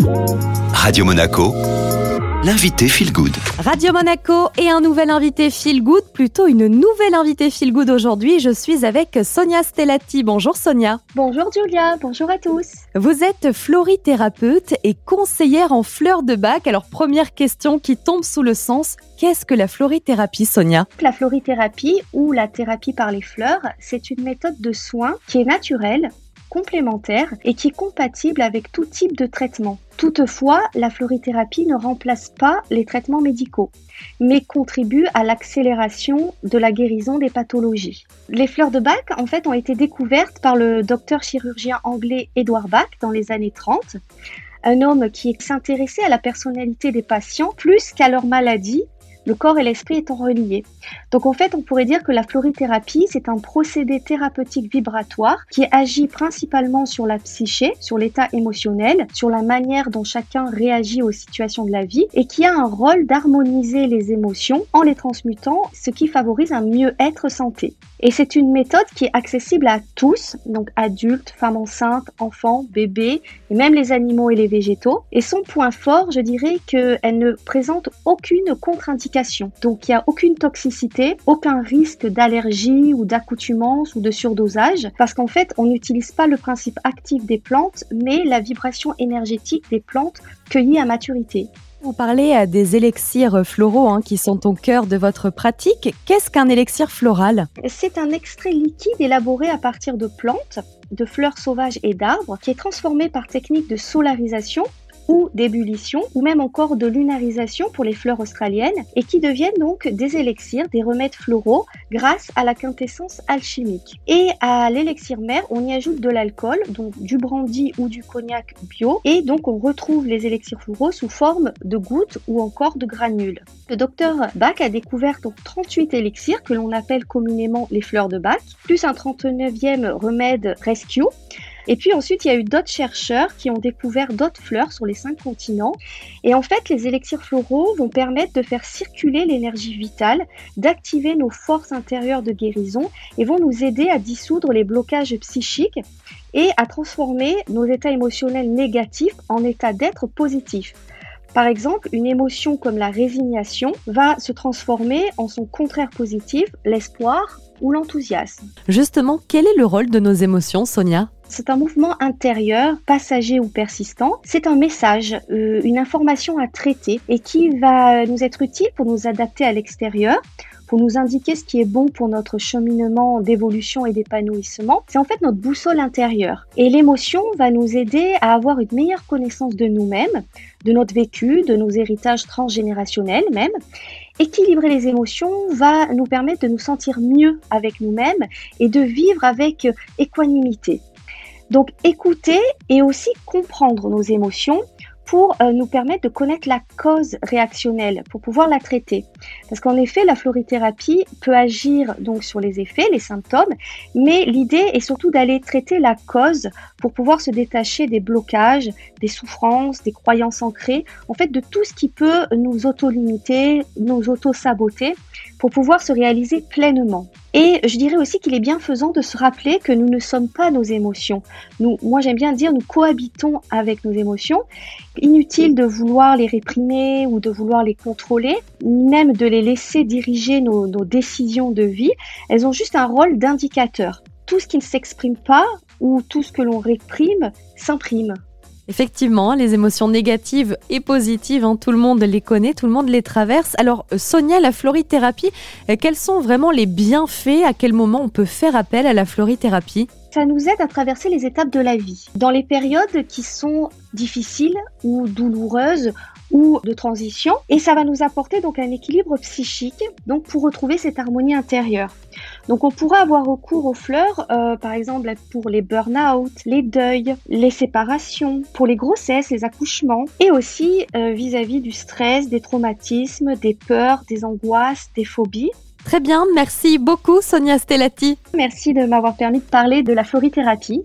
Radio Monaco, l'invité Feel Good. Radio Monaco et un nouvel invité Feel Good, plutôt une nouvelle invitée Feel Good aujourd'hui. Je suis avec Sonia Stellati. Bonjour Sonia. Bonjour Julia, bonjour à tous. Vous êtes florithérapeute et conseillère en fleurs de bac. Alors première question qui tombe sous le sens, qu'est-ce que la florithérapie, Sonia ? La florithérapie ou la thérapie par les fleurs, c'est une méthode de soins qui est naturelle, complémentaire et qui est compatible avec tout type de traitement. Toutefois, la florithérapie ne remplace pas les traitements médicaux, mais contribue à l'accélération de la guérison des pathologies. Les fleurs de Bach, en fait, ont été découvertes par le docteur chirurgien anglais Edward Bach dans les années 30, un homme qui s'intéressait à la personnalité des patients plus qu'à leur maladie, le corps et l'esprit étant reliés. Donc en fait, on pourrait dire que la florithérapie, c'est un procédé thérapeutique vibratoire qui agit principalement sur la psyché, sur l'état émotionnel, sur la manière dont chacun réagit aux situations de la vie et qui a un rôle d'harmoniser les émotions en les transmutant, ce qui favorise un mieux-être santé. Et c'est une méthode qui est accessible à tous, donc adultes, femmes enceintes, enfants, bébés, et même les animaux et les végétaux. Et son point fort, je dirais qu'elle ne présente aucune contre-indication. Donc il n'y a aucune toxicité, aucun risque d'allergie ou d'accoutumance ou de surdosage, parce qu'en fait, on n'utilise pas le principe actif des plantes, mais la vibration énergétique des plantes cueillies à maturité. Vous parlez des élixirs floraux qui sont au cœur de votre pratique. Qu'est-ce qu'un élixir floral ? C'est un extrait liquide élaboré à partir de plantes, de fleurs sauvages et d'arbres, qui est transformé par technique de solarisation ou d'ébullition, ou même encore de lunarisation pour les fleurs australiennes, et qui deviennent donc des élixirs, des remèdes floraux, grâce à la quintessence alchimique. Et à l'élixir mère, on y ajoute de l'alcool, donc du brandy ou du cognac bio, et donc on retrouve les élixirs floraux sous forme de gouttes ou encore de granules. Le docteur Bach a découvert donc 38 élixirs que l'on appelle communément les fleurs de Bach, plus un 39e remède rescue. Et puis ensuite, il y a eu d'autres chercheurs qui ont découvert d'autres fleurs sur les 5 continents. Et en fait, les élixirs floraux vont permettre de faire circuler l'énergie vitale, d'activer nos forces intérieures de guérison et vont nous aider à dissoudre les blocages psychiques et à transformer nos états émotionnels négatifs en états d'être positifs. Par exemple, une émotion comme la résignation va se transformer en son contraire positif, l'espoir ou l'enthousiasme. Justement, quel est le rôle de nos émotions, Sonia ? C'est un mouvement intérieur, passager ou persistant. C'est un message, une information à traiter et qui va nous être utile pour nous adapter à l'extérieur, pour nous indiquer ce qui est bon pour notre cheminement d'évolution et d'épanouissement. C'est en fait notre boussole intérieure. Et l'émotion va nous aider à avoir une meilleure connaissance de nous-mêmes, de notre vécu, de nos héritages transgénérationnels même. Équilibrer les émotions va nous permettre de nous sentir mieux avec nous-mêmes et de vivre avec équanimité. Donc écouter et aussi comprendre nos émotions pour nous permettre de connaître la cause réactionnelle, pour pouvoir la traiter. Parce qu'en effet, la florithérapie peut agir donc sur les effets, les symptômes, mais l'idée est surtout d'aller traiter la cause pour pouvoir se détacher des blocages, des souffrances, des croyances ancrées, en fait de tout ce qui peut nous auto-limiter, nous auto-saboter, pour pouvoir se réaliser pleinement. Et je dirais aussi qu'il est bienfaisant de se rappeler que nous ne sommes pas nos émotions. Moi j'aime bien dire, nous cohabitons avec nos émotions. Inutile de vouloir les réprimer ou de vouloir les contrôler, même de les laisser diriger nos décisions de vie. Elles ont juste un rôle d'indicateur. Tout ce qui ne s'exprime pas ou tout ce que l'on réprime s'imprime. Effectivement, les émotions négatives et positives, tout le monde les connaît, tout le monde les traverse. Alors Sonia, la florithérapie, quels sont vraiment les bienfaits ? À quel moment on peut faire appel à la florithérapie ? Ça nous aide à traverser les étapes de la vie. Dans les périodes qui sont difficiles ou douloureuses ou de transition, et ça va nous apporter donc un équilibre psychique, donc pour retrouver cette harmonie intérieure. Donc on pourra avoir recours aux fleurs, par exemple pour les burn-out, les deuils, les séparations, pour les grossesses, les accouchements, et aussi vis-à-vis du stress, des traumatismes, des peurs, des angoisses, des phobies. Très bien, merci beaucoup Sonia Stellati. Merci de m'avoir permis de parler de la florithérapie.